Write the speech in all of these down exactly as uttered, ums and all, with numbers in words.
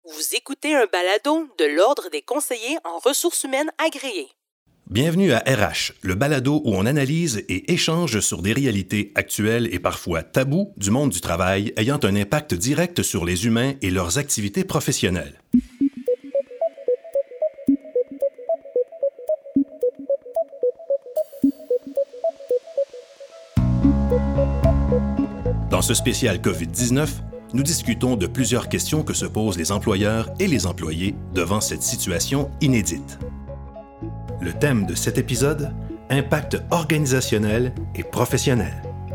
Vous écoutez un balado de l'Ordre des conseillers en ressources humaines agréés. Bienvenue à R H, le balado où on analyse et échange sur des réalités actuelles et parfois tabous du monde du travail ayant un impact direct sur les humains et leurs activités professionnelles. Dans ce spécial covid dix-neuf, nous discutons de plusieurs questions que se posent les employeurs et les employés devant cette situation inédite. Le thème de cet épisode, impact organisationnel et professionnel.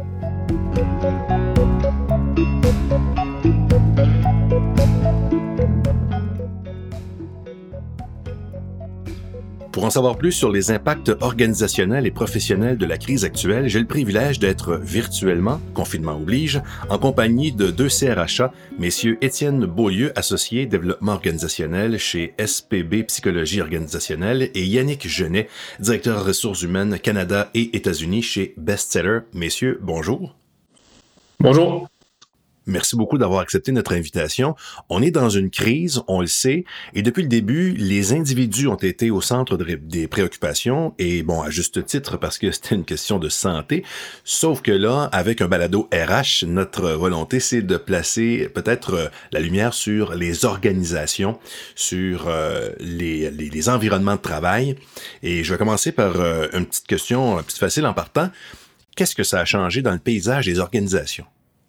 Pour en savoir plus sur les impacts organisationnels et professionnels de la crise actuelle, j'ai le privilège d'être virtuellement, confinement oblige, en compagnie de deux C R H A, messieurs Étienne Beaulieu, associé développement organisationnel chez S P B Psychologie organisationnelle, et Yannick Genet, directeur ressources humaines Canada et États-Unis chez Bestseller. Messieurs, bonjour. Bonjour. Merci beaucoup d'avoir accepté notre invitation. On est dans une crise, on le sait, et depuis le début, les individus ont été au centre de, des préoccupations, et bon, à juste titre, parce que c'était une question de santé. Sauf que là, avec un balado R H, notre volonté, c'est de placer peut-être la lumière sur les organisations, sur euh, les, les, les environnements de travail. Et je vais commencer par euh, une petite question, une petite facile en partant. Qu'est-ce que ça a changé dans le paysage des organisations?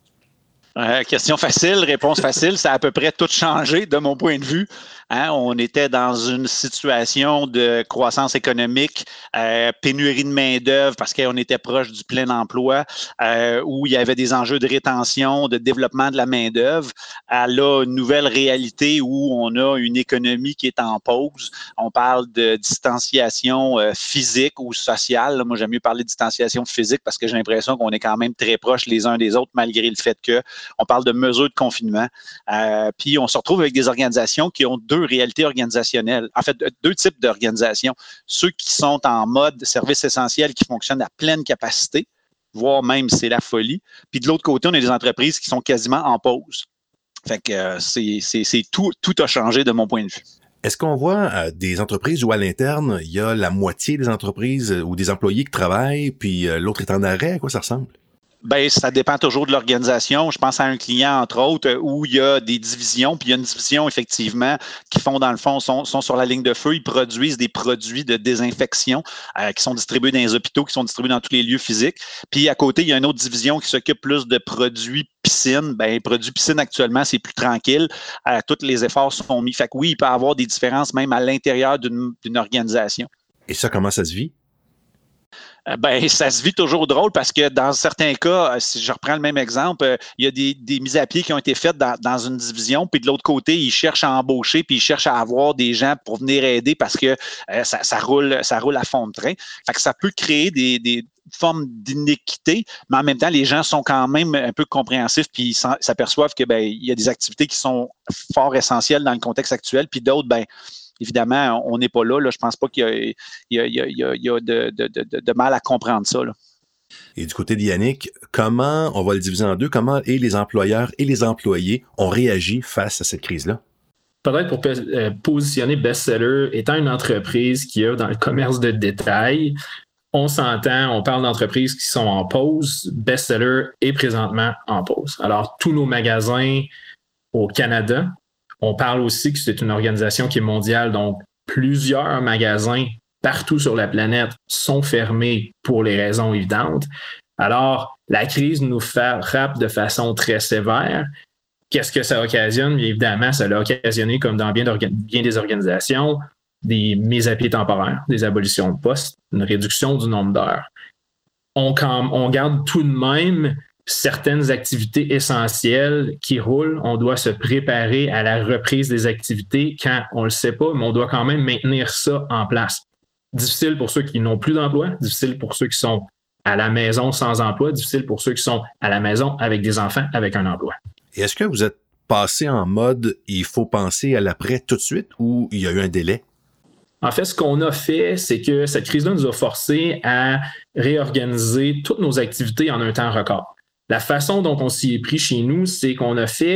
Euh, question facile, réponse facile, ça a à peu près tout changé de mon point de vue. Hein, on était dans une situation de croissance économique, euh, pénurie de main-d'œuvre parce qu'on était proche du plein emploi, euh, où il y avait des enjeux de rétention, de développement de la main-d'œuvre. À là, une nouvelle réalité où on a une économie qui est en pause. On parle de distanciation euh, physique ou sociale. Là, moi, j'aime mieux parler de distanciation physique parce que j'ai l'impression qu'on est quand même très proches les uns des autres, malgré le fait que on parle de mesures de confinement. Euh, puis on se retrouve avec des organisations qui ont deux réalités organisationnelles. En fait, deux types d'organisations. Ceux qui sont en mode service essentiel, qui fonctionnent à pleine capacité, voire même c'est la folie. Puis de l'autre côté, on a des entreprises qui sont quasiment en pause. Fait que euh, c'est, c'est, c'est tout, tout a changé de mon point de vue. Est-ce qu'on voit euh, des entreprises où à l'interne, il y a la moitié des entreprises euh, ou des employés qui travaillent, puis euh, l'autre est en arrêt? À quoi ça ressemble? Ben, ça dépend toujours de l'organisation. Je pense à un client, entre autres, où il y a des divisions, puis il y a une division, effectivement, qui font, dans le fond, sont, sont sur la ligne de feu. Ils produisent des produits de désinfection euh, qui sont distribués dans les hôpitaux, qui sont distribués dans tous les lieux physiques. Puis, à côté, il y a une autre division qui s'occupe plus de produits piscine. Ben, produits piscine, actuellement, c'est plus tranquille. Euh, tous les efforts sont mis. Fait que oui, il peut y avoir des différences même à l'intérieur d'une, d'une organisation. Et ça, comment ça se vit? Ben, ça se vit toujours drôle parce que dans certains cas, si je reprends le même exemple, il y a des, des mises à pied qui ont été faites dans, dans une division, puis de l'autre côté, ils cherchent à embaucher, puis ils cherchent à avoir des gens pour venir aider parce que euh, ça, ça roule, ça roule à fond de train. Fait que ça peut créer des, des formes d'inéquité, mais en même temps, les gens sont quand même un peu compréhensifs, puis ils s'aperçoivent que ben, il y a des activités qui sont fort essentielles dans le contexte actuel, puis d'autres, ben évidemment, on n'est pas là, là. Je ne pense pas qu'il y a, il y a, il y a, il y a de, de, de, de mal à comprendre ça, là. Et du côté de Yannick, comment, on va le diviser en deux, comment et les employeurs et les employés ont réagi face à cette crise-là? Peut-être pour euh, positionner Bestseller étant une entreprise qui est dans le commerce de détail, on s'entend, on parle d'entreprises qui sont en pause. Bestseller est présentement en pause. Alors, tous nos magasins au Canada, on parle aussi que c'est une organisation qui est mondiale, donc plusieurs magasins partout sur la planète sont fermés pour les raisons évidentes. Alors, la crise nous frappe de façon très sévère. Qu'est-ce que ça occasionne? Bien évidemment, ça l'a occasionné, comme dans bien, bien des organisations, des mises à pied temporaires, des abolitions de postes, une réduction du nombre d'heures. On, on garde tout de même certaines activités essentielles qui roulent. On doit se préparer à la reprise des activités quand on ne le sait pas, mais on doit quand même maintenir ça en place. Difficile pour ceux qui n'ont plus d'emploi, difficile pour ceux qui sont à la maison sans emploi, difficile pour ceux qui sont à la maison avec des enfants avec un emploi. Et est-ce que vous êtes passé en mode « il faut penser à l'après tout de suite » ou il y a eu un délai? En fait, ce qu'on a fait, c'est que cette crise-là nous a forcés à réorganiser toutes nos activités en un temps record. La façon dont on s'y est pris chez nous, c'est qu'on a fait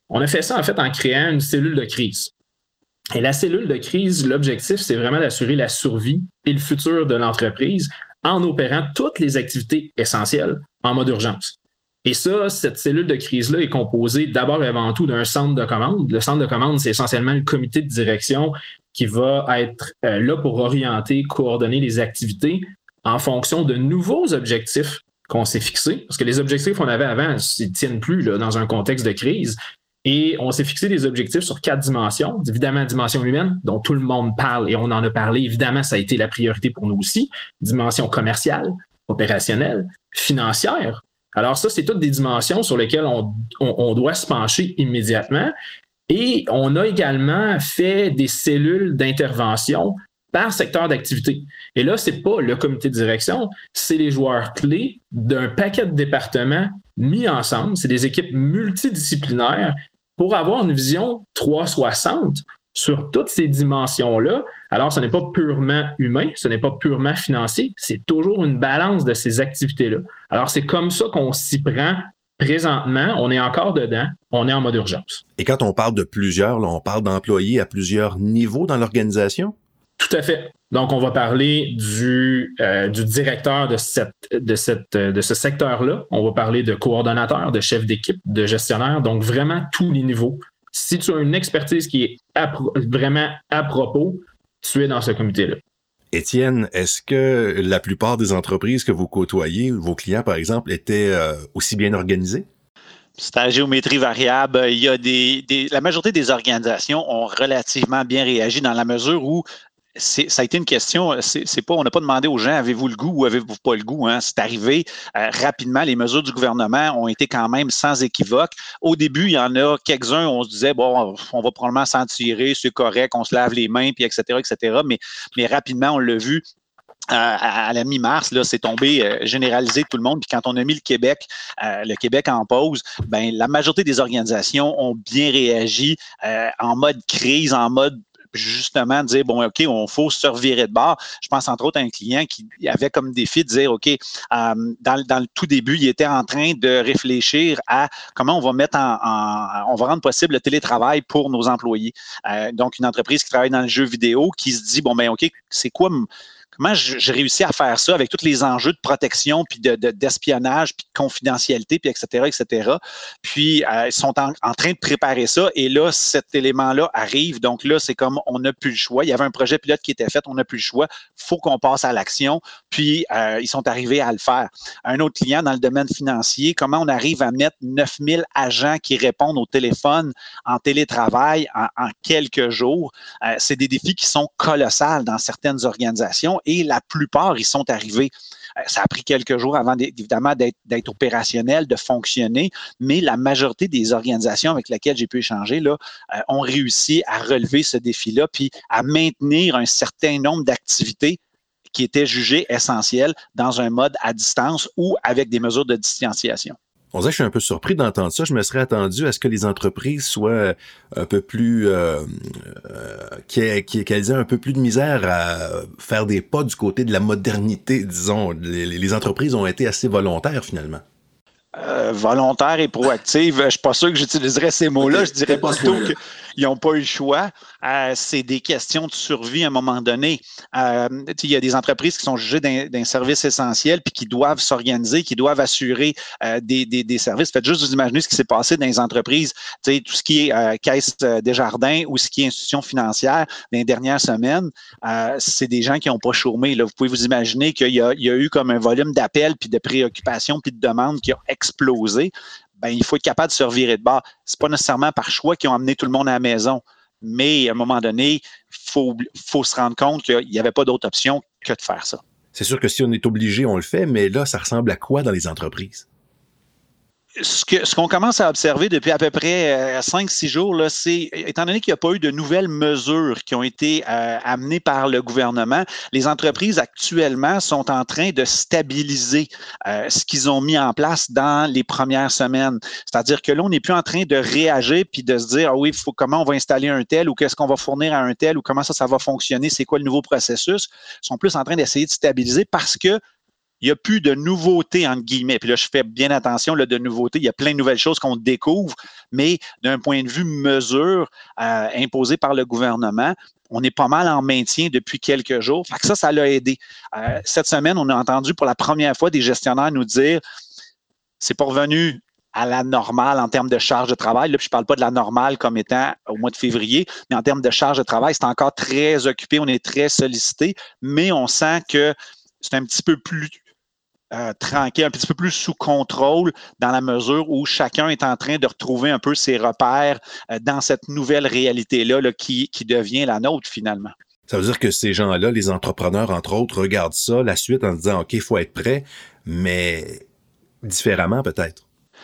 On a fait ça, en fait, en créant une cellule de crise. Et la cellule de crise, l'objectif, c'est vraiment d'assurer la survie et le futur de l'entreprise en opérant toutes les activités essentielles en mode urgence. Et ça, cette cellule de crise-là est composée d'abord et avant tout d'un centre de commande. Le centre de commande, c'est essentiellement le comité de direction qui va être euh, là pour orienter, coordonner les activités en fonction de nouveaux objectifs qu'on s'est fixés. Parce que les objectifs qu'on avait avant, ils ne tiennent plus là, dans un contexte de crise. Et on s'est fixé des objectifs sur quatre dimensions. Évidemment, dimension humaine, dont tout le monde parle et on en a parlé. Évidemment, ça a été la priorité pour nous aussi. Dimension commerciale, opérationnelle, financière. Alors ça, c'est toutes des dimensions sur lesquelles on, on, on doit se pencher immédiatement. Et on a également fait des cellules d'intervention par secteur d'activité. Et là, ce n'est pas le comité de direction, c'est les joueurs clés d'un paquet de départements mis ensemble. C'est des équipes multidisciplinaires pour avoir une vision trois cent soixante sur toutes ces dimensions-là. Alors, ce n'est pas purement humain, ce n'est pas purement financier, c'est toujours une balance de ces activités-là. Alors, c'est comme ça qu'on s'y prend présentement. On est encore dedans, on est en mode urgence. Et quand on parle de plusieurs, là, on parle d'employés à plusieurs niveaux dans l'organisation? Tout à fait. Donc, on va parler du, euh, du directeur de, cette, de, cette, de ce secteur-là. On va parler de coordonnateur, de chef d'équipe, de gestionnaire. Donc, vraiment tous les niveaux. Si tu as une expertise qui est à, vraiment à propos, tu es dans ce comité-là. Étienne, est-ce que la plupart des entreprises que vous côtoyez, vos clients par exemple, étaient euh, aussi bien organisés? C'est à géométrie variable. Il y a des, des, la majorité des organisations ont relativement bien réagi dans la mesure où C'est, ça a été une question, c'est, c'est pas, on n'a pas demandé aux gens, avez-vous le goût ou avez-vous pas le goût? Hein? C'est arrivé euh, rapidement. Les mesures du gouvernement ont été quand même sans équivoque. Au début, il y en a quelques-uns, on se disait, bon, on va probablement s'en tirer, c'est correct, on se lave les mains, puis et cetera, et cetera. Mais, mais rapidement, on l'a vu. À, à, à la mi-mars, là, c'est tombé euh, généralisé tout le monde. Puis quand on a mis le Québec, euh, le Québec en pause, ben la majorité des organisations ont bien réagi euh, en mode crise, en mode justement dire, bon, OK, on faut se revirer de bord. Je pense entre autres à un client qui avait comme défi de dire, OK, euh, dans, dans le tout début, il était en train de réfléchir à comment on va mettre en, en on va rendre possible le télétravail pour nos employés. Euh, donc, une entreprise qui travaille dans le jeu vidéo qui se dit, bon, ben OK, c'est quoi... Comment j'ai réussi à faire ça avec tous les enjeux de protection, puis de, de, d'espionnage, puis de confidentialité, puis et cetera, et cetera. Puis, euh, ils sont en, en train de préparer ça. Et là, cet élément-là arrive. Donc là, c'est comme on n'a plus le choix. Il y avait un projet pilote qui était fait, on n'a plus le choix. Il faut qu'on passe à l'action. Puis, euh, ils sont arrivés à le faire. Un autre client dans le domaine financier, comment on arrive à mettre neuf mille agents qui répondent au téléphone en télétravail en, en quelques jours? Euh, c'est des défis qui sont colossaux dans certaines organisations. Et la plupart, ils sont arrivés. Ça a pris quelques jours avant, évidemment, d'être, d'être opérationnel, de fonctionner, mais la majorité des organisations avec lesquelles j'ai pu échanger là, euh, ont réussi à relever ce défi-là, puis à maintenir un certain nombre d'activités qui étaient jugées essentielles dans un mode à distance ou avec des mesures de distanciation. On dirait que je suis un peu surpris d'entendre ça. Je me serais attendu à ce que les entreprises soient un peu plus... Euh, euh, qu'elles, qu'elles aient un peu plus de misère à faire des pas du côté de la modernité, disons. Les, les entreprises ont été assez volontaires, finalement. Euh, volontaire et proactive, je ne suis pas sûr que j'utiliserais ces mots-là. Okay, je dirais plutôt qu'ils n'ont pas eu le choix. Euh, c'est des questions de survie à un moment donné. Euh, il y a des entreprises qui sont jugées d'un, d'un service essentiel puis qui doivent s'organiser, qui doivent assurer euh, des, des, des services. Faites juste vous imaginer ce qui s'est passé dans les entreprises. Tout ce qui est euh, caisse Desjardins ou ce qui est institution financière dans les dernières semaines, euh, c'est des gens qui n'ont pas chômé. Là. Vous pouvez vous imaginer qu'il y a, il y a eu comme un volume d'appels puis de préoccupations puis de demandes qui ont explosé. Ben, il faut être capable de se revirer de bord. Ce n'est pas nécessairement par choix qu'ils ont amené tout le monde à la maison, mais à un moment donné, il faut, faut se rendre compte qu'il n'y avait pas d'autre option que de faire ça. C'est sûr que si on est obligé, on le fait, mais là, ça ressemble à quoi dans les entreprises? Ce, que, ce qu'on commence à observer depuis à peu près cinq six jours, là, c'est, étant donné qu'il n'y a pas eu de nouvelles mesures qui ont été euh, amenées par le gouvernement, les entreprises actuellement sont en train de stabiliser euh, ce qu'ils ont mis en place dans les premières semaines. C'est-à-dire que là, on n'est plus en train de réagir puis de se dire, ah oui, faut, comment on va installer un tel ou qu'est-ce qu'on va fournir à un tel ou comment ça, ça va fonctionner, c'est quoi le nouveau processus. Ils sont plus en train d'essayer de stabiliser parce que il n'y a plus de nouveautés, entre guillemets. Puis là, je fais bien attention là, de nouveautés. Il y a plein de nouvelles choses qu'on découvre, mais d'un point de vue mesure euh, imposée par le gouvernement, on est pas mal en maintien depuis quelques jours. Fait que ça, ça l'a aidé. Euh, cette semaine, on a entendu pour la première fois des gestionnaires nous dire c'est pas revenu à la normale en termes de charge de travail. Là, puis je ne parle pas de la normale comme étant au mois de février, mais en termes de charge de travail, c'est encore très occupé, on est très sollicité, mais on sent que c'est un petit peu plus euh, tranquille, un petit peu plus sous contrôle dans la mesure où chacun est en train de retrouver un peu ses repères euh, dans cette nouvelle réalité-là là, qui, qui devient la nôtre finalement. Ça veut dire que ces gens-là, les entrepreneurs, entre autres, regardent ça, la suite, en se disant, OK, il faut être prêt, mais différemment peut-être.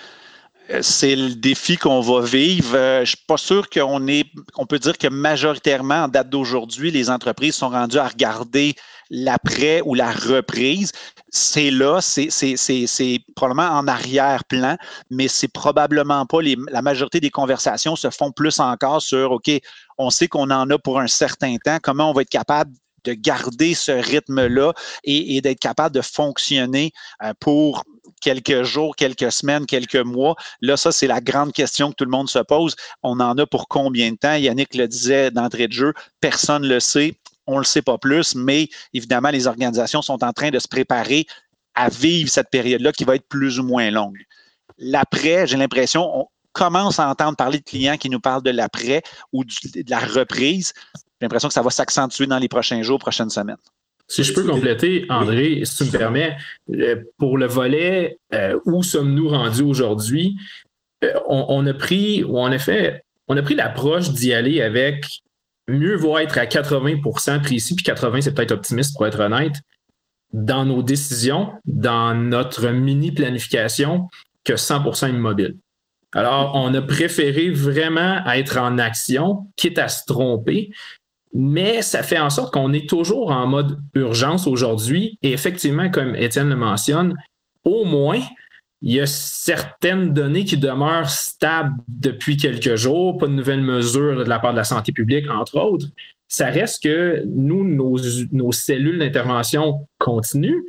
C'est le défi qu'on va vivre. Euh, je ne suis pas sûr qu'on est, on peut dire que majoritairement, en date d'aujourd'hui, les entreprises sont rendues à regarder l'après ou la reprise. C'est là, c'est, c'est, c'est, c'est probablement en arrière-plan, mais c'est probablement pas les, la majorité des conversations se font plus encore sur, OK, on sait qu'on en a pour un certain temps, comment on va être capable de garder ce rythme-là et, et d'être capable de fonctionner euh, pour quelques jours, quelques semaines, quelques mois. Là, ça, c'est la grande question que tout le monde se pose. On en a pour combien de temps? Yannick le disait d'entrée de jeu, personne ne le sait, on ne le sait pas plus, mais évidemment, les organisations sont en train de se préparer à vivre cette période-là qui va être plus ou moins longue. L'après, j'ai l'impression, on commence à entendre parler de clients qui nous parlent de l'après ou du, de la reprise. J'ai l'impression que ça va s'accentuer dans les prochains jours, prochaines semaines. Si je peux compléter, André, si tu me permets, pour le volet euh, où sommes-nous rendus aujourd'hui, euh, on, on a pris, ou en effet, on a pris l'approche d'y aller avec mieux vaut être à quatre-vingts pour cent précis, puis quatre-vingts, c'est peut-être optimiste pour être honnête, dans nos décisions, dans notre mini-planification, que cent pour cent immobile. Alors, on a préféré vraiment être en action, quitte à se tromper, mais ça fait en sorte qu'on est toujours en mode urgence aujourd'hui. Et effectivement, comme Étienne le mentionne, au moins, il y a certaines données qui demeurent stables depuis quelques jours, pas de nouvelles mesures de la part de la santé publique, entre autres. Ça reste que nous, nos, nos cellules d'intervention continuent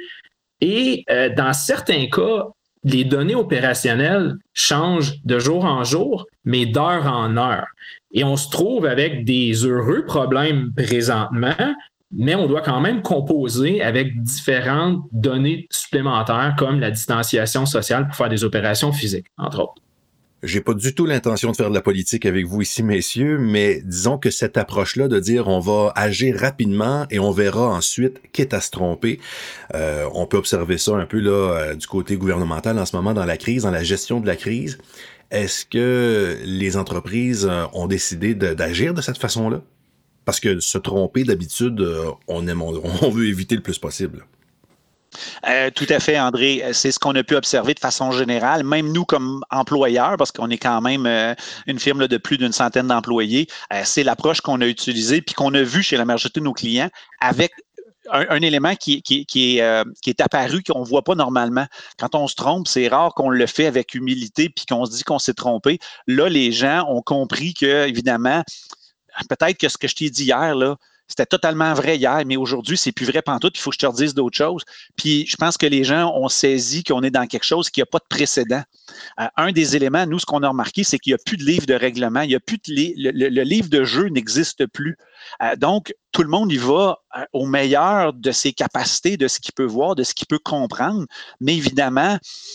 et euh, dans certains cas, les données opérationnelles changent de jour en jour, mais d'heure en heure. Et on se trouve avec des heureux problèmes présentement, mais on doit quand même composer avec différentes données supplémentaires comme la distanciation sociale pour faire des opérations physiques, entre autres. J'ai pas du tout l'intention de faire de la politique avec vous ici, messieurs, mais disons que cette approche-là de dire on va agir rapidement et on verra ensuite, quitte à se tromper, euh, on peut observer ça un peu là euh, du côté gouvernemental en ce moment dans la crise, dans la gestion de la crise. Est-ce que les entreprises ont décidé de, d'agir de cette façon-là? Parce que se tromper, d'habitude, on aime, on, on veut éviter le plus possible. Euh, tout à fait, André. C'est ce qu'on a pu observer de façon générale, même nous comme employeurs, parce qu'on est quand même euh, une firme là, de plus d'une centaine d'employés. Euh, c'est l'approche qu'on a utilisée puis qu'on a vue chez la majorité de nos clients avec un, un élément qui, qui, qui, est, euh, qui est apparu qu'on ne voit pas normalement. Quand on se trompe, c'est rare qu'on le fait avec humilité puis qu'on se dit qu'on s'est trompé. Là, les gens ont compris que, évidemment, peut-être que ce que je t'ai dit hier, là, c'était totalement vrai hier, mais aujourd'hui, c'est plus vrai pantoute. Il faut que je te redise d'autres choses. Puis, je pense que les gens ont saisi qu'on est dans quelque chose qui n'a pas de précédent. Euh, un des éléments, nous, ce qu'on a remarqué, c'est qu'il n'y a plus de livre de règlement. Il y a plus de li- le, le, le livre de jeu n'existe plus. Euh, donc, tout le monde y va euh, au meilleur de ses capacités, de ce qu'il peut voir, de ce qu'il peut comprendre. Mais évidemment,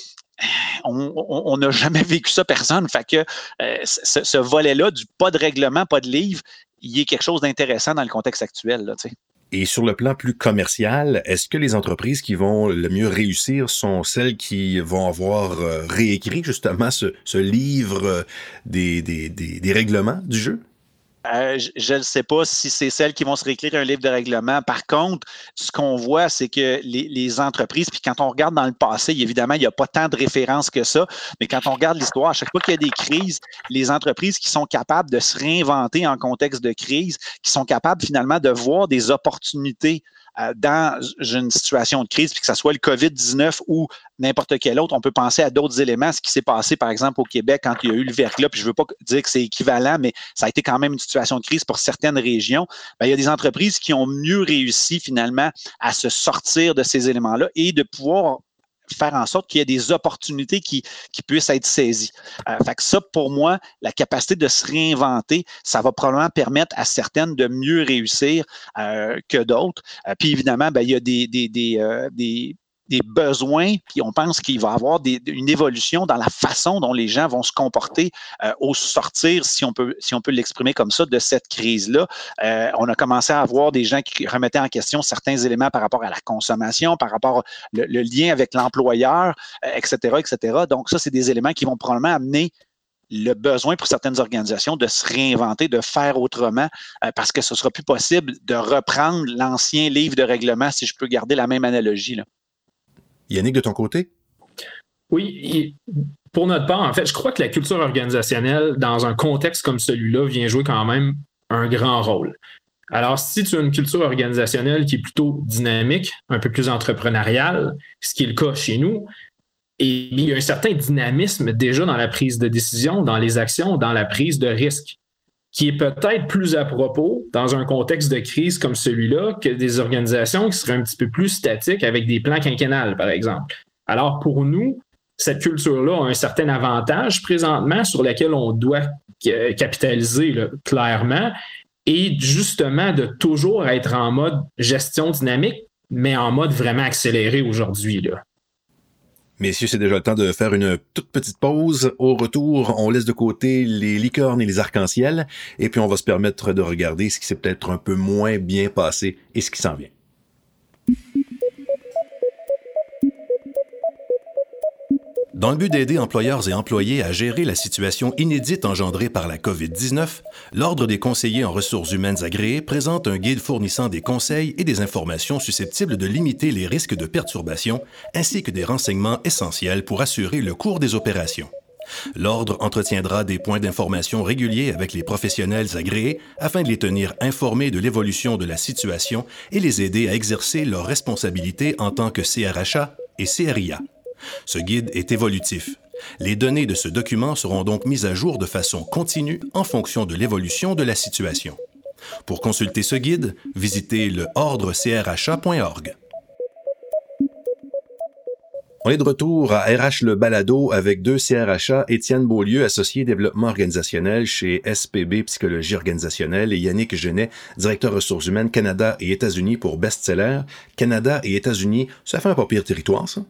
on n'a jamais vécu ça, personne. Fait que euh, ce, ce volet-là du pas de règlement, pas de livre, il y a quelque chose d'intéressant dans le contexte actuel, là, tu sais. Et sur le plan plus commercial, est-ce que les entreprises qui vont le mieux réussir sont celles qui vont avoir euh, réécrit justement ce, ce livre euh, des, des, des, des règlements du jeu? Euh, je ne sais pas si c'est celles qui vont se réécrire un livre de règlement. Par contre, ce qu'on voit, c'est que les, les entreprises, puis quand on regarde dans le passé, évidemment, il n'y a pas tant de références que ça, mais quand on regarde l'histoire, à chaque fois qu'il y a des crises, les entreprises qui sont capables de se réinventer en contexte de crise, qui sont capables finalement de voir des opportunités euh, dans une situation de crise, puis que ce soit le covid dix-neuf ou n'importe quel autre, on peut penser à d'autres éléments. Ce qui s'est passé, par exemple, au Québec quand il y a eu le verglas, puis je ne veux pas dire que c'est équivalent, mais ça a été quand même une situation de crise pour certaines régions. Bien, il y a des entreprises qui ont mieux réussi finalement à se sortir de ces éléments-là et de pouvoir faire en sorte qu'il y ait des opportunités qui, qui puissent être saisies. Euh, fait que ça, pour moi, la capacité de se réinventer, ça va probablement permettre à certaines de mieux réussir euh, que d'autres. Euh, puis évidemment, ben, il y a des, des, des, euh, des des besoins, puis on pense qu'il va y avoir des, une évolution dans la façon dont les gens vont se comporter euh, au sortir, si on peut, si on peut l'exprimer comme ça, de cette crise-là. Euh, on a commencé à avoir des gens qui remettaient en question certains éléments par rapport à la consommation, par rapport au le lien avec l'employeur, euh, et cetera, et cetera. Donc ça, c'est des éléments qui vont probablement amener le besoin pour certaines organisations de se réinventer, de faire autrement, euh, parce que ce ne sera plus possible de reprendre l'ancien livre de règlement, si je peux garder la même analogie, là. Yannick, de ton côté? Oui, pour notre part, en fait, je crois que la culture organisationnelle, dans un contexte comme celui-là, vient jouer quand même un grand rôle. Alors, si tu as une culture organisationnelle qui est plutôt dynamique, un peu plus entrepreneuriale, ce qui est le cas chez nous, et il y a un certain dynamisme déjà dans la prise de décision, dans les actions, dans la prise de risque, qui est peut-être plus à propos dans un contexte de crise comme celui-là que des organisations qui seraient un petit peu plus statiques avec des plans quinquennales, par exemple. Alors, pour nous, cette culture-là a un certain avantage présentement sur lequel on doit capitaliser là, clairement et justement de toujours être en mode gestion dynamique, mais en mode vraiment accéléré aujourd'hui, là. Messieurs, c'est déjà le temps de faire une toute petite pause. Au retour, on laisse de côté les licornes et les arcs-en-ciel, et puis on va se permettre de regarder ce qui s'est peut-être un peu moins bien passé et ce qui s'en vient. Dans le but d'aider employeurs et employés à gérer la situation inédite engendrée par la covid dix-neuf, l'Ordre des conseillers en ressources humaines agréés présente un guide fournissant des conseils et des informations susceptibles de limiter les risques de perturbation, ainsi que des renseignements essentiels pour assurer le cours des opérations. L'Ordre entretiendra des points d'information réguliers avec les professionnels agréés afin de les tenir informés de l'évolution de la situation et les aider à exercer leurs responsabilités en tant que C R H A et C R I A. Ce guide est évolutif. Les données de ce document seront donc mises à jour de façon continue en fonction de l'évolution de la situation. Pour consulter ce guide, visitez le ordre c r h a point org. On est de retour à R H Le Balado avec deux C R H A, Étienne Beaulieu, associé développement organisationnel chez S P B Psychologie organisationnelle, et Yannick Genet, directeur ressources humaines Canada et États-Unis pour Bestseller. Canada et États-Unis, ça fait un pas pire territoire, ça?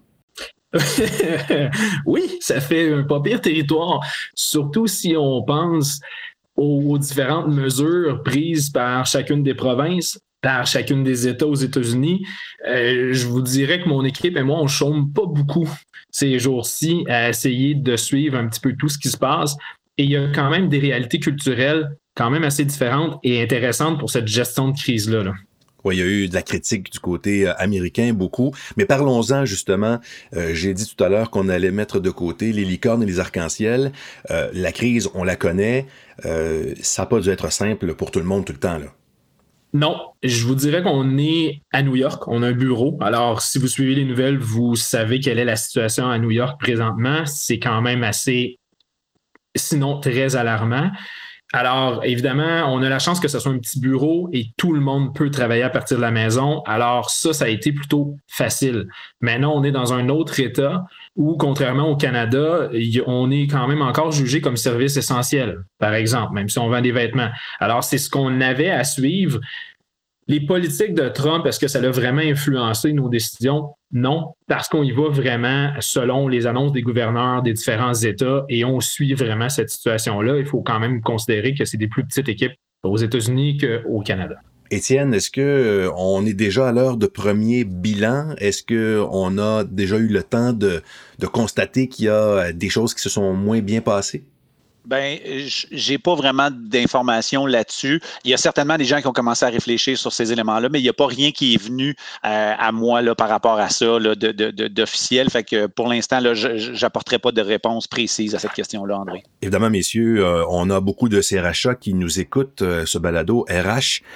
Oui, ça fait un pas pire territoire, surtout si on pense aux différentes mesures prises par chacune des provinces, par chacune des États aux États-Unis. Euh, je vous dirais que mon équipe et moi, on ne chôme pas beaucoup ces jours-ci à essayer de suivre un petit peu tout ce qui se passe. Et il y a quand même des réalités culturelles quand même assez différentes et intéressantes pour cette gestion de crise-là, là. Oui, il y a eu de la critique du côté euh, américain, beaucoup. Mais parlons-en justement. Euh, j'ai dit tout à l'heure qu'on allait mettre de côté les licornes et les arcs-en-ciel. Euh, la crise, on la connaît. Euh, ça n'a pas dû être simple pour tout le monde tout le temps, là. Non, je vous dirais qu'on est à New York. On a un bureau. Alors, si vous suivez les nouvelles, vous savez quelle est la situation à New York présentement. C'est quand même assez, sinon très alarmant. Alors, évidemment, on a la chance que ce soit un petit bureau et tout le monde peut travailler à partir de la maison. Alors, ça, ça a été plutôt facile. Maintenant, on est dans un autre État où, contrairement au Canada, on est quand même encore jugé comme service essentiel, par exemple, même si on vend des vêtements. Alors, c'est ce qu'on avait à suivre. Les politiques de Trump, est-ce que ça a vraiment influencé nos décisions? Non, parce qu'on y va vraiment selon les annonces des gouverneurs des différents États et on suit vraiment cette situation-là. Il faut quand même considérer que c'est des plus petites équipes aux États-Unis qu'au Canada. Étienne, est-ce que euh, on est déjà à l'heure de premier bilan? Est-ce que on a déjà eu le temps de, de constater qu'il y a des choses qui se sont moins bien passées? Ben, j'ai pas vraiment d'informations là-dessus. Il y a certainement des gens qui ont commencé à réfléchir sur ces éléments-là, mais il n'y a pas rien qui est venu euh, à moi là, par rapport à ça là, de, de, de, d'officiel. Fait que pour l'instant, là, je n'apporterai pas de réponse précise à cette question-là, André. Évidemment, messieurs, euh, on a beaucoup de C R H A qui nous écoutent, euh, ce balado R H.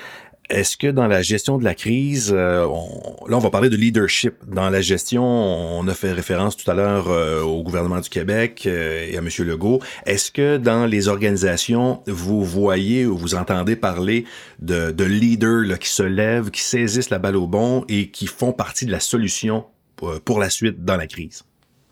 Est-ce que dans la gestion de la crise, euh, on, là on va parler de leadership. Dans la gestion, on a fait référence tout à l'heure euh, au gouvernement du Québec euh, et à M. Legault. Est-ce que dans les organisations, vous voyez ou vous entendez parler de, de leaders là, qui se lèvent, qui saisissent la balle au bond et qui font partie de la solution pour, pour la suite dans la crise?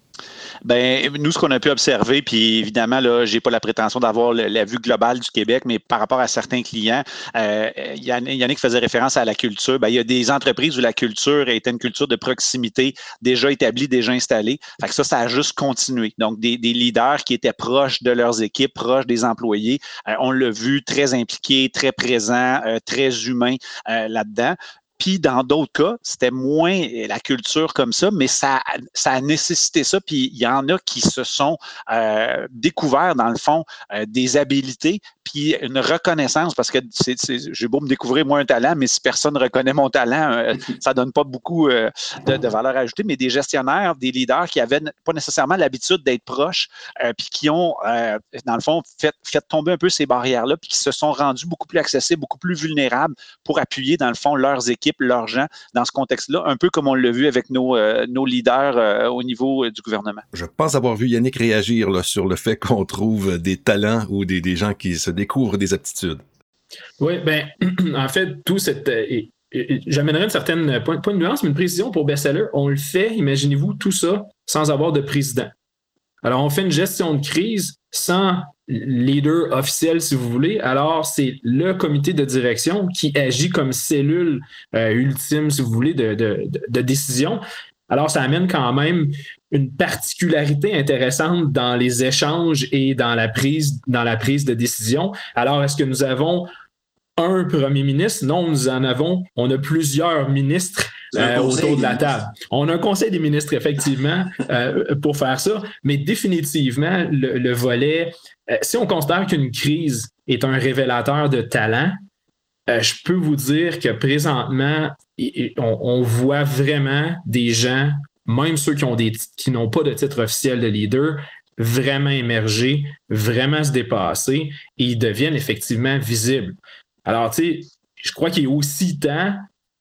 Ben, nous, ce qu'on a pu observer, puis évidemment, là, j'ai pas la prétention d'avoir le, la vue globale du Québec, mais par rapport à certains clients, euh, Yannick faisait référence à la culture. Ben, il y a des entreprises où la culture était une culture de proximité déjà établie, déjà installée. Fait que ça, ça a juste continué. Donc, des, des leaders qui étaient proches de leurs équipes, proches des employés, euh, on l'a vu très impliqués, très présents, euh, très humains euh, là-dedans. Puis dans d'autres cas, c'était moins la culture comme ça, mais ça, ça a nécessité ça. Puis il y en a qui se sont euh, découverts, dans le fond, euh, des habiletés, puis une reconnaissance, parce que c'est, c'est, j'ai beau me découvrir moi un talent, mais si personne ne reconnaît mon talent, euh, ça donne pas beaucoup euh, de, de valeur ajoutée. Mais des gestionnaires, des leaders qui avaient pas nécessairement l'habitude d'être proches, euh, puis qui ont, euh, dans le fond, fait, fait tomber un peu ces barrières-là, puis qui se sont rendus beaucoup plus accessibles, beaucoup plus vulnérables pour appuyer, dans le fond, leurs équipes, leurs gens dans ce contexte-là, un peu comme on l'a vu avec nos, euh, nos leaders euh, au niveau euh, du gouvernement. Je pense avoir vu Yannick réagir là, sur le fait qu'on trouve des talents ou des, des gens qui se découvrent des aptitudes. Oui, bien, en fait, tout cette... Euh, j'amènerais une certaine, point, point de nuance, mais une précision pour Bestseller. On le fait, imaginez-vous, tout ça sans avoir de président. Alors, on fait une gestion de crise sans leader officiel, si vous voulez. Alors, c'est le comité de direction qui agit comme cellule euh, ultime, si vous voulez, de, de, de, de décision. Alors, ça amène quand même une particularité intéressante dans les échanges et dans la prise, dans la prise de décision. Alors, est-ce que nous avons un premier ministre? Non, nous en avons. On a plusieurs ministres euh, autour de la table. On a un conseil des ministres, effectivement, euh, pour faire ça. Mais définitivement, le, le volet, euh, si on considère qu'une crise est un révélateur de talent, euh, je peux vous dire que présentement, on, on voit vraiment des gens, même ceux qui ont des, qui n'ont pas de titre officiel de leader, vraiment émerger, vraiment se dépasser et ils deviennent effectivement visibles. Alors, tu sais, je crois qu'il est aussi temps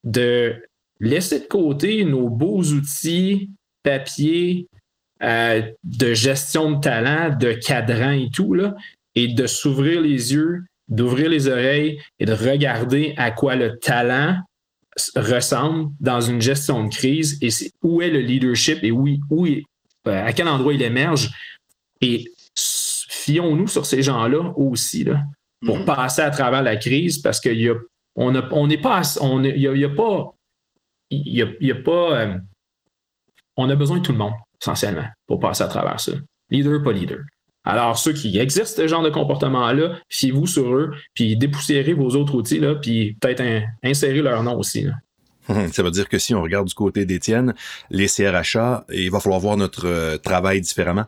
de laisser de côté nos beaux outils papier euh, de gestion de talent, de cadran et tout, là, et de s'ouvrir les yeux, d'ouvrir les oreilles et de regarder à quoi le talent ressemble dans une gestion de crise et c'est, où est le leadership et où, où est, à quel endroit il émerge. Et fions-nous sur ces gens-là aussi, là, pour mm-hmm. passer à travers la crise, parce qu'il y a, on a, on n'est pas, on il y a, il y a pas, il y a, il y a pas, euh, on a besoin de tout le monde essentiellement pour passer à travers ça. Leader, pas leader. Alors ceux qui exercent ce genre de comportement-là, fiez-vous sur eux, puis dépoussiérez vos autres outils là, puis peut-être un, insérez leur nom aussi. Là. Ça veut dire que si on regarde du côté d'Étienne, les C R H A, il va falloir voir notre euh, travail différemment.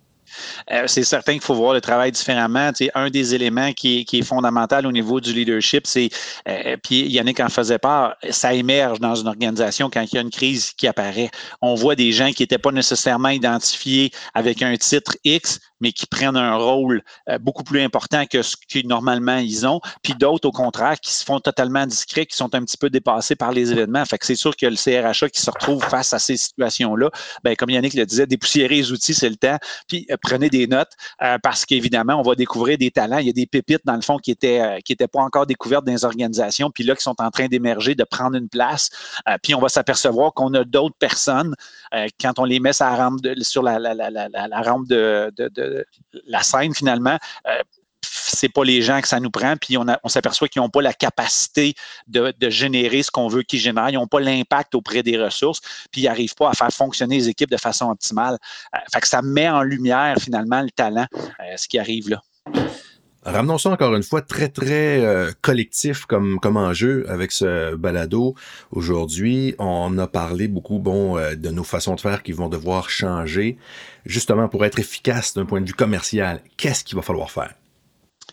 Euh, c'est certain qu'il faut voir le travail différemment. Tu sais, un des éléments qui est, qui est fondamental au niveau du leadership, c'est, euh, puis Yannick en faisait part, ça émerge dans une organisation quand il y a une crise qui apparaît. On voit des gens qui n'étaient pas nécessairement identifiés avec un titre X, mais qui prennent un rôle euh, beaucoup plus important que ce que normalement ils ont, puis d'autres, au contraire, qui se font totalement discrets, qui sont un petit peu dépassés par les événements. Fait que c'est sûr que le C R H A qui se retrouve face à ces situations-là, ben, comme Yannick le disait, dépoussiérer les outils, c'est le temps, puis euh, prenez des notes, euh, parce qu'évidemment, on va découvrir des talents. Il y a des pépites, dans le fond, qui étaient euh, qui étaient pas encore découvertes dans les organisations, puis là, qui sont en train d'émerger, de prendre une place, euh, puis on va s'apercevoir qu'on a d'autres personnes, euh, quand on les met sur la rampe de, sur la, la, la, la, la rampe de, de, de la scène, finalement, euh, c'est pas les gens que ça nous prend, puis on, a, on s'aperçoit qu'ils n'ont pas la capacité de, de générer ce qu'on veut qu'ils génèrent, ils n'ont pas l'impact auprès des ressources, puis ils n'arrivent pas à faire fonctionner les équipes de façon optimale. Euh, fait que ça met en lumière, finalement, le talent, euh, ce qui arrive là. Ramenons ça encore une fois très, très euh, collectif comme, comme enjeu avec ce balado. Aujourd'hui, on a parlé beaucoup bon, euh, de nos façons de faire qui vont devoir changer, justement pour être efficaces d'un point de vue commercial. Qu'est-ce qu'il va falloir faire?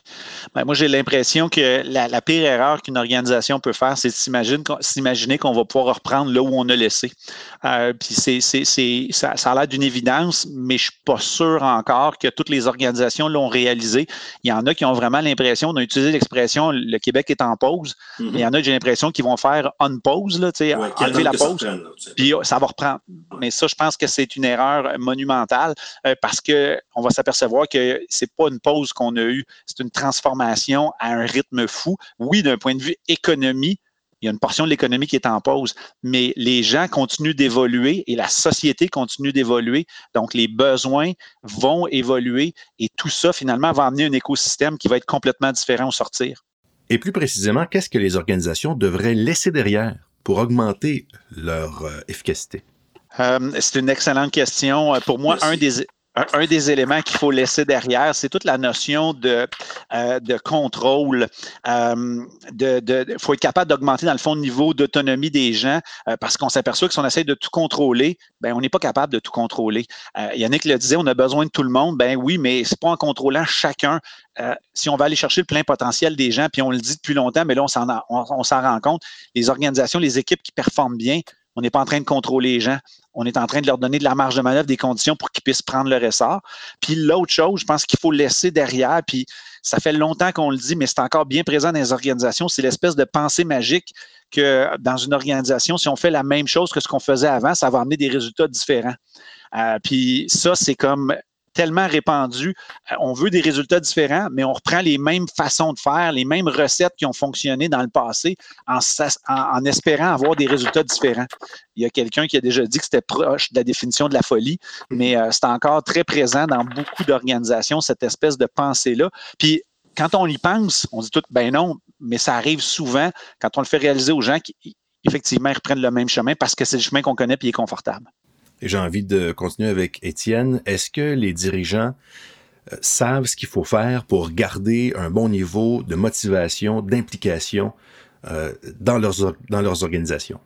Ben, moi, j'ai l'impression que la, la pire erreur qu'une organisation peut faire, c'est de s'imaginer, s'imaginer qu'on va pouvoir reprendre là où on a laissé. Euh, puis c'est, c'est, c'est, ça, ça a l'air d'une évidence, mais je ne suis pas sûr encore que toutes les organisations l'ont réalisé. Il y en a qui ont vraiment l'impression, on a utilisé l'expression « le Québec est en pause mm-hmm. ». Il y en a, j'ai l'impression, qu'ils vont faire « on pause », là, ouais, enlever la pause, ça prenne, puis ça va reprendre. Mais ça, je pense que c'est une erreur monumentale euh, parce qu'on va s'apercevoir que ce n'est pas une pause qu'on a eue, c'est une transformation à un rythme fou. Oui, d'un point de vue économie, il y a une portion de l'économie qui est en pause, mais les gens continuent d'évoluer et la société continue d'évoluer. Donc, les besoins vont évoluer et tout ça, finalement, va amener un écosystème qui va être complètement différent au sortir. Et plus précisément, qu'est-ce que les organisations devraient laisser derrière pour augmenter leur euh, efficacité? Euh, c'est une excellente question. Pour moi, Merci. un des... Un des éléments qu'il faut laisser derrière, c'est toute la notion de, euh, de contrôle. Euh, de, de, de, faut être capable d'augmenter, dans le fond, le niveau d'autonomie des gens euh, parce qu'on s'aperçoit que si on essaie de tout contrôler, ben, on n'est pas capable de tout contrôler. Euh, Yannick le disait, on a besoin de tout le monde. Ben oui, mais c'est pas en contrôlant chacun. Euh, si on va aller chercher le plein potentiel des gens, puis on le dit depuis longtemps, mais là, on s'en, a, on, on s'en rend compte, les organisations, les équipes qui performent bien, on n'est pas en train de contrôler les gens. On est en train de leur donner de la marge de manœuvre, des conditions pour qu'ils puissent prendre leur essor. Puis l'autre chose, je pense qu'il faut laisser derrière, puis ça fait longtemps qu'on le dit, mais c'est encore bien présent dans les organisations, c'est l'espèce de pensée magique que dans une organisation, si on fait la même chose que ce qu'on faisait avant, ça va amener des résultats différents. Euh, puis ça, c'est comme tellement répandu. On veut des résultats différents, mais on reprend les mêmes façons de faire, les mêmes recettes qui ont fonctionné dans le passé en, en, en espérant avoir des résultats différents. Il y a quelqu'un qui a déjà dit que c'était proche de la définition de la folie, mais euh, c'est encore très présent dans beaucoup d'organisations, cette espèce de pensée-là. Puis, quand on y pense, on dit tout, ben non, mais ça arrive souvent quand on le fait réaliser aux gens qui, effectivement, ils reprennent le même chemin parce que c'est le chemin qu'on connaît et il est confortable. Et j'ai envie de continuer avec Étienne. Est-ce que les dirigeants euh, savent ce qu'il faut faire pour garder un bon niveau de motivation, d'implication euh, dans leurs, dans leurs organisations?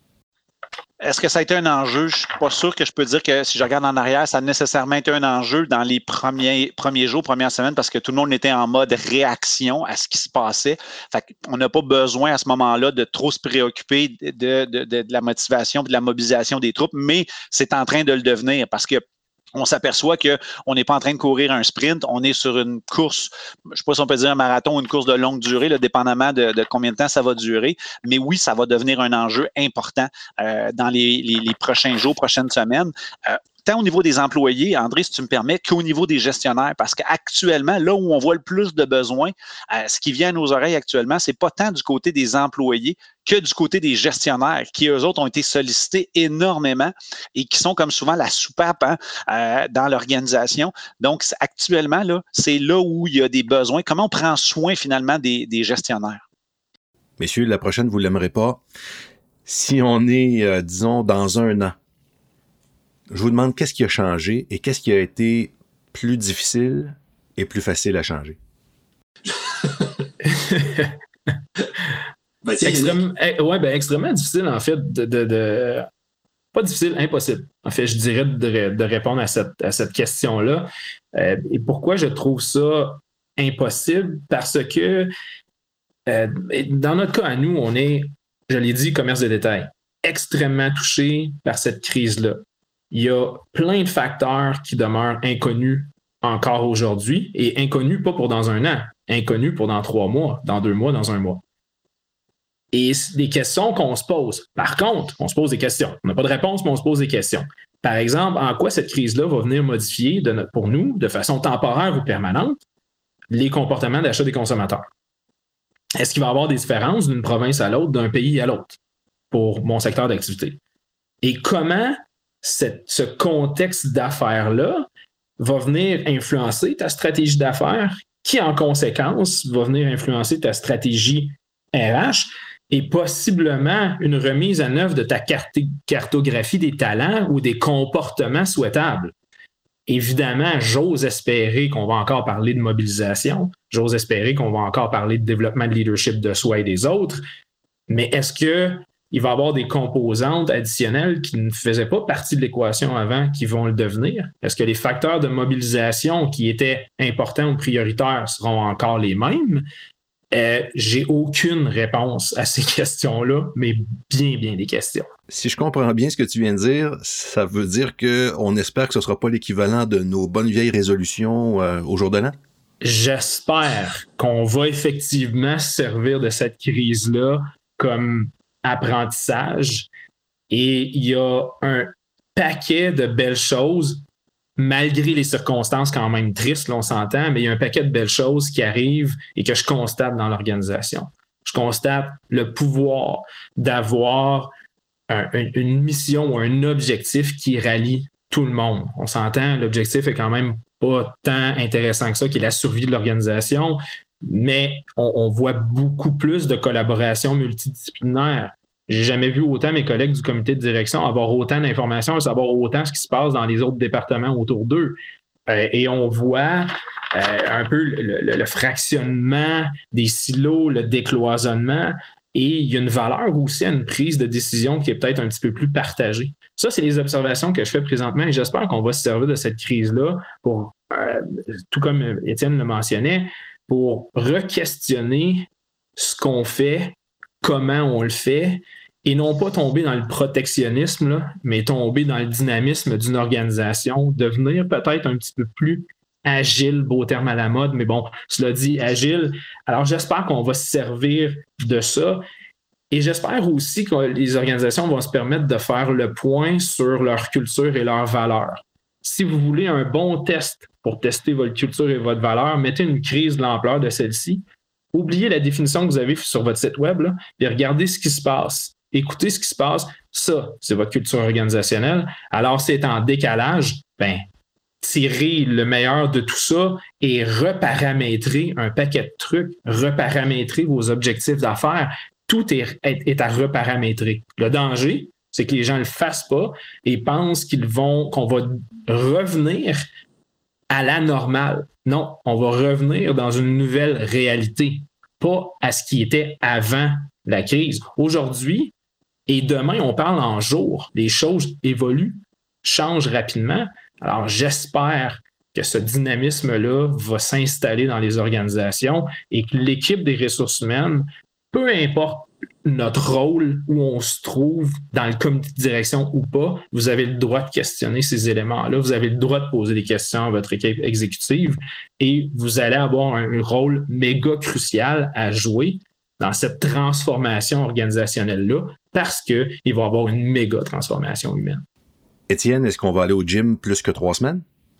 Est-ce que ça a été un enjeu? Je ne suis pas sûr que je peux dire que si je regarde en arrière, ça a nécessairement été un enjeu dans les premiers, premiers jours, premières semaines, parce que tout le monde était en mode réaction à ce qui se passait. Fait qu'on n'a pas besoin à ce moment-là de trop se préoccuper de, de, de, de la motivation et de la mobilisation des troupes, mais c'est en train de le devenir parce que on s'aperçoit qu'on n'est pas en train de courir un sprint, on est sur une course, je ne sais pas si on peut dire un marathon ou une course de longue durée, là, dépendamment de, de combien de temps ça va durer. Mais oui, ça va devenir un enjeu important euh, dans les, les, les prochains jours, prochaines semaines. Euh, tant au niveau des employés, André, si tu me permets, qu'au niveau des gestionnaires. Parce qu'actuellement, là où on voit le plus de besoins, euh, ce qui vient à nos oreilles actuellement, c'est pas tant du côté des employés que du côté des gestionnaires, qui, eux autres, ont été sollicités énormément et qui sont comme souvent la soupape hein, euh, dans l'organisation. Donc, actuellement, là, c'est là où il y a des besoins. Comment on prend soin, finalement, des, des gestionnaires? Messieurs, la prochaine, vous ne l'aimerez pas. Si on est, euh, disons, dans un an, je vous demande qu'est-ce qui a changé et qu'est-ce qui a été plus difficile et plus facile à changer? ben, Extrême, ouais, ben, extrêmement difficile, en fait, de, de, de... Pas difficile, impossible. En fait, je dirais de, de répondre à cette, à cette question-là. Euh, et pourquoi je trouve ça impossible? Parce que euh, dans notre cas, à nous, on est, je l'ai dit, commerce de détail, extrêmement touché par cette crise-là. Il y a plein de facteurs qui demeurent inconnus encore aujourd'hui et inconnus pas pour dans un an, inconnus pour dans trois mois, dans deux mois, dans un mois. Et c'est des questions qu'on se pose. Par contre, on se pose des questions. On n'a pas de réponse, mais on se pose des questions. Par exemple, en quoi cette crise-là va venir modifier de notre, pour nous, de façon temporaire ou permanente, les comportements d'achat des consommateurs? Est-ce qu'il va y avoir des différences d'une province à l'autre, d'un pays à l'autre pour mon secteur d'activité? Et comment cette, ce contexte d'affaires-là va venir influencer ta stratégie d'affaires qui, en conséquence, va venir influencer ta stratégie R H et possiblement une remise à neuf de ta carte- cartographie des talents ou des comportements souhaitables. Évidemment, j'ose espérer qu'on va encore parler de mobilisation, j'ose espérer qu'on va encore parler de développement de leadership de soi et des autres, mais est-ce qu'il il va y avoir des composantes additionnelles qui ne faisaient pas partie de l'équation avant qui vont le devenir? Est-ce que les facteurs de mobilisation qui étaient importants ou prioritaires seront encore les mêmes? Euh, j'ai aucune réponse à ces questions-là, mais bien, bien des questions. Si je comprends bien ce que tu viens de dire, ça veut dire qu'on espère que ce ne sera pas l'équivalent de nos bonnes vieilles résolutions euh, au jour de l'an? J'espère qu'on va effectivement se servir de cette crise-là comme apprentissage. Et il y a un paquet de belles choses, malgré les circonstances quand même tristes, là, on s'entend, mais il y a un paquet de belles choses qui arrivent et que je constate dans l'organisation. Je constate le pouvoir d'avoir un, une, une mission ou un objectif qui rallie tout le monde. On s'entend, l'objectif est quand même pas tant intéressant que ça, qui est la survie de l'organisation, mais on, on voit beaucoup plus de collaboration multidisciplinaire. J'ai jamais vu autant mes collègues du comité de direction avoir autant d'informations et savoir autant ce qui se passe dans les autres départements autour d'eux. Euh, et on voit euh, un peu le, le, le fractionnement des silos, le décloisonnement, et il y a une valeur aussi à une prise de décision qui est peut-être un petit peu plus partagée. Ça, c'est les observations que je fais présentement et j'espère qu'on va se servir de cette crise-là pour, euh, tout comme Étienne le mentionnait, pour re-questionner ce qu'on fait, comment on le fait, et non pas tomber dans le protectionnisme, là, mais tomber dans le dynamisme d'une organisation, devenir peut-être un petit peu plus agile, beau terme à la mode, mais bon, cela dit, agile. Alors, j'espère qu'on va se servir de ça. Et j'espère aussi que les organisations vont se permettre de faire le point sur leur culture et leurs valeurs. Si vous voulez un bon test pour tester votre culture et votre valeur, mettez une crise de l'ampleur de celle-ci. Oubliez la définition que vous avez sur votre site web, là, et regardez ce qui se passe. Écoutez ce qui se passe. Ça, c'est votre culture organisationnelle. Alors, c'est en décalage, ben, tirez le meilleur de tout ça et reparamétrer un paquet de trucs, reparamétrer vos objectifs d'affaires. Tout est, est, est à reparamétrer. Le danger, c'est que les gens ne le fassent pas et pensent qu'ils vont, qu'on va revenir à la normale. Non, on va revenir dans une nouvelle réalité, pas à ce qui était avant la crise. Aujourd'hui et demain, on parle en jours. Les choses évoluent, changent rapidement. Alors, j'espère que ce dynamisme-là va s'installer dans les organisations et que l'équipe des ressources humaines, peu importe notre rôle, où on se trouve dans le comité de direction ou pas, vous avez le droit de questionner ces éléments-là, vous avez le droit de poser des questions à votre équipe exécutive et vous allez avoir un rôle méga crucial à jouer dans cette transformation organisationnelle-là parce qu'il va y avoir une méga transformation humaine. Étienne, est-ce qu'on va aller au gym plus que trois semaines?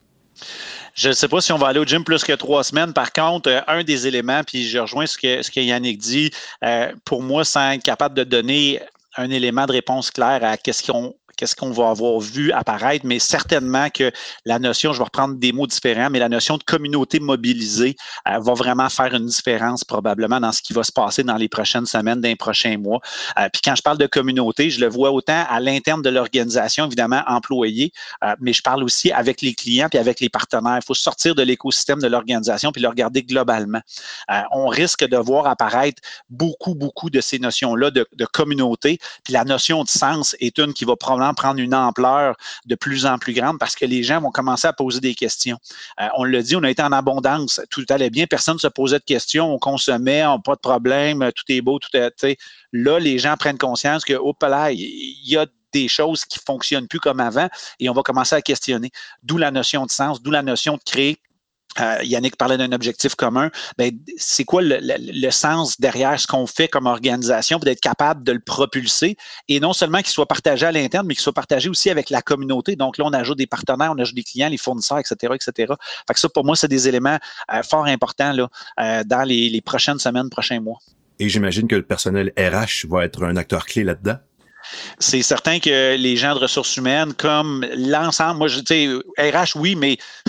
Je ne sais pas si on va aller au gym plus que trois semaines. Par contre, euh, un des éléments, puis je rejoins ce que, ce que Yannick dit, euh, pour moi, sans être capable de donner un élément de réponse clair à qu'est-ce qu'on qu'est-ce qu'on va avoir vu apparaître, mais certainement que la notion, je vais reprendre des mots différents, mais la notion de communauté mobilisée euh, va vraiment faire une différence probablement dans ce qui va se passer dans les prochaines semaines, dans les prochains mois. Euh, puis quand je parle de communauté, je le vois autant à l'interne de l'organisation, évidemment, employés, euh, mais je parle aussi avec les clients puis avec les partenaires. Il faut sortir de l'écosystème de l'organisation puis le regarder globalement. Euh, on risque de voir apparaître beaucoup, beaucoup de ces notions-là de, de communauté, puis la notion de sens est une qui va probablement prendre une ampleur de plus en plus grande parce que les gens vont commencer à poser des questions. Euh, on l'a dit, on a été en abondance, tout allait bien, personne ne se posait de questions, on consommait, on n'a pas de problème, tout est beau, tout est, tu sais. Là, les gens prennent conscience que, hop là, il y a des choses qui ne fonctionnent plus comme avant et on va commencer à questionner. D'où la notion de sens, d'où la notion de créer. Euh, Yannick parlait d'un objectif commun. Ben, c'est quoi le, le, le sens derrière ce qu'on fait comme organisation pour être capable de le propulser et non seulement qu'il soit partagé à l'interne, mais qu'il soit partagé aussi avec la communauté. Donc là, on ajoute des partenaires, on ajoute des clients, les fournisseurs, et cetera, et cetera. Fait que ça, pour moi, c'est des éléments euh, fort importants là, euh, dans les, les prochaines semaines, prochains mois. Et j'imagine que le personnel R H va être un acteur clé là-dedans. C'est certain que les gens de ressources humaines, comme l'ensemble, moi, je dis R H, oui, mais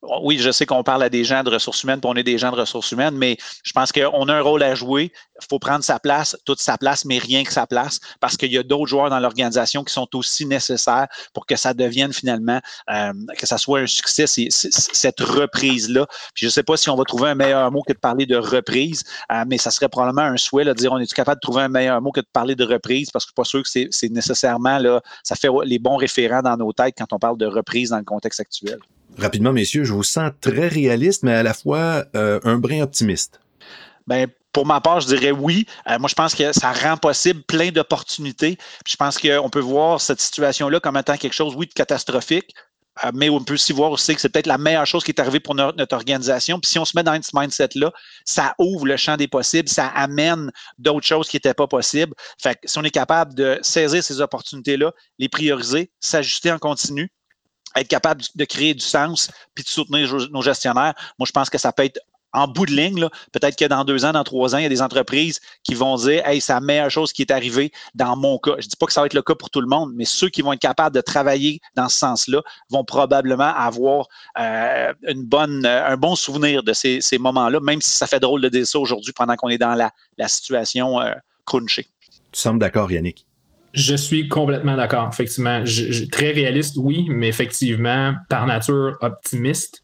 oui, je sais qu'on parle à des gens de ressources humaines, puis on est des gens de ressources humaines, mais je pense qu'on a un rôle à jouer. Il faut prendre sa place, toute sa place, mais rien que sa place, parce qu'il y a d'autres joueurs dans l'organisation qui sont aussi nécessaires pour que ça devienne finalement, euh, que ça soit un succès, c'est, c'est, cette reprise-là. Puis je ne sais pas si on va trouver un meilleur mot que de parler de reprise, euh, mais ça serait probablement un souhait, là, de dire on est capable de trouver un meilleur mot que de parler de reprise, parce que je ne suis pas sûr que c'est, c'est nécessairement, là, ça fait les bons référents dans nos têtes quand on parle de reprise dans le contexte actuel. Rapidement, messieurs, je vous sens très réaliste, mais à la fois euh, un brin optimiste. Bien, pour ma part, je dirais oui. Euh, moi, je pense que ça rend possible plein d'opportunités. Puis je pense qu'on peut voir cette situation-là comme étant quelque chose, oui, de catastrophique, euh, mais on peut aussi voir aussi que c'est peut-être la meilleure chose qui est arrivée pour notre, notre organisation. Puis si on se met dans ce mindset-là, ça ouvre le champ des possibles, ça amène d'autres choses qui n'étaient pas possibles. Fait que si on est capable de saisir ces opportunités-là, les prioriser, s'ajuster en continu, être capable de créer du sens puis de soutenir nos gestionnaires, moi, je pense que ça peut être en bout de ligne, là, peut-être que dans deux ans, dans trois ans, il y a des entreprises qui vont dire « Hey, c'est la meilleure chose qui est arrivée dans mon cas. » Je ne dis pas que ça va être le cas pour tout le monde, mais ceux qui vont être capables de travailler dans ce sens-là vont probablement avoir euh, une bonne, euh, un bon souvenir de ces, ces moments-là, même si ça fait drôle de dire ça aujourd'hui pendant qu'on est dans la, la situation euh, crunchée. Tu sembles d'accord, Yannick? Je suis complètement d'accord. Effectivement, je, je, très réaliste, oui, mais effectivement, par nature, optimiste.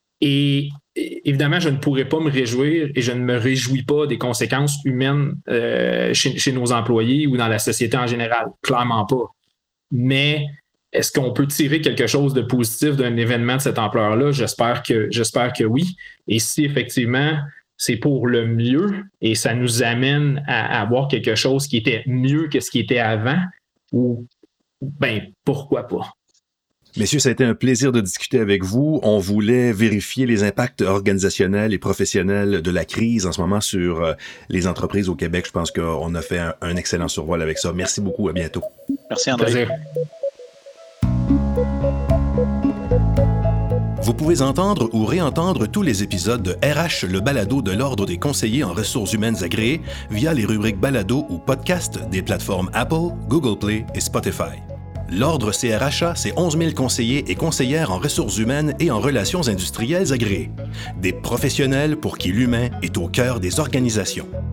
Et évidemment, je ne pourrais pas me réjouir et je ne me réjouis pas des conséquences humaines euh, chez, chez nos employés ou dans la société en général. Clairement pas. Mais est-ce qu'on peut tirer quelque chose de positif d'un événement de cette ampleur-là? J'espère que, j'espère que oui. Et si effectivement, c'est pour le mieux et ça nous amène à avoir quelque chose qui était mieux que ce qui était avant, ou ben pourquoi pas? Messieurs, ça a été un plaisir de discuter avec vous. On voulait vérifier les impacts organisationnels et professionnels de la crise en ce moment sur les entreprises au Québec. Je pense qu'on a fait un, un excellent survol avec ça. Merci beaucoup. À bientôt. Merci, André. Plaisir. Vous pouvez entendre ou réentendre tous les épisodes de R H, le balado de l'Ordre des conseillers en ressources humaines agréés via les rubriques balado ou podcast des plateformes Apple, Google Play et Spotify. L'Ordre C R H A, c'est onze mille conseillers et conseillères en ressources humaines et en relations industrielles agréés. Des professionnels pour qui l'humain est au cœur des organisations.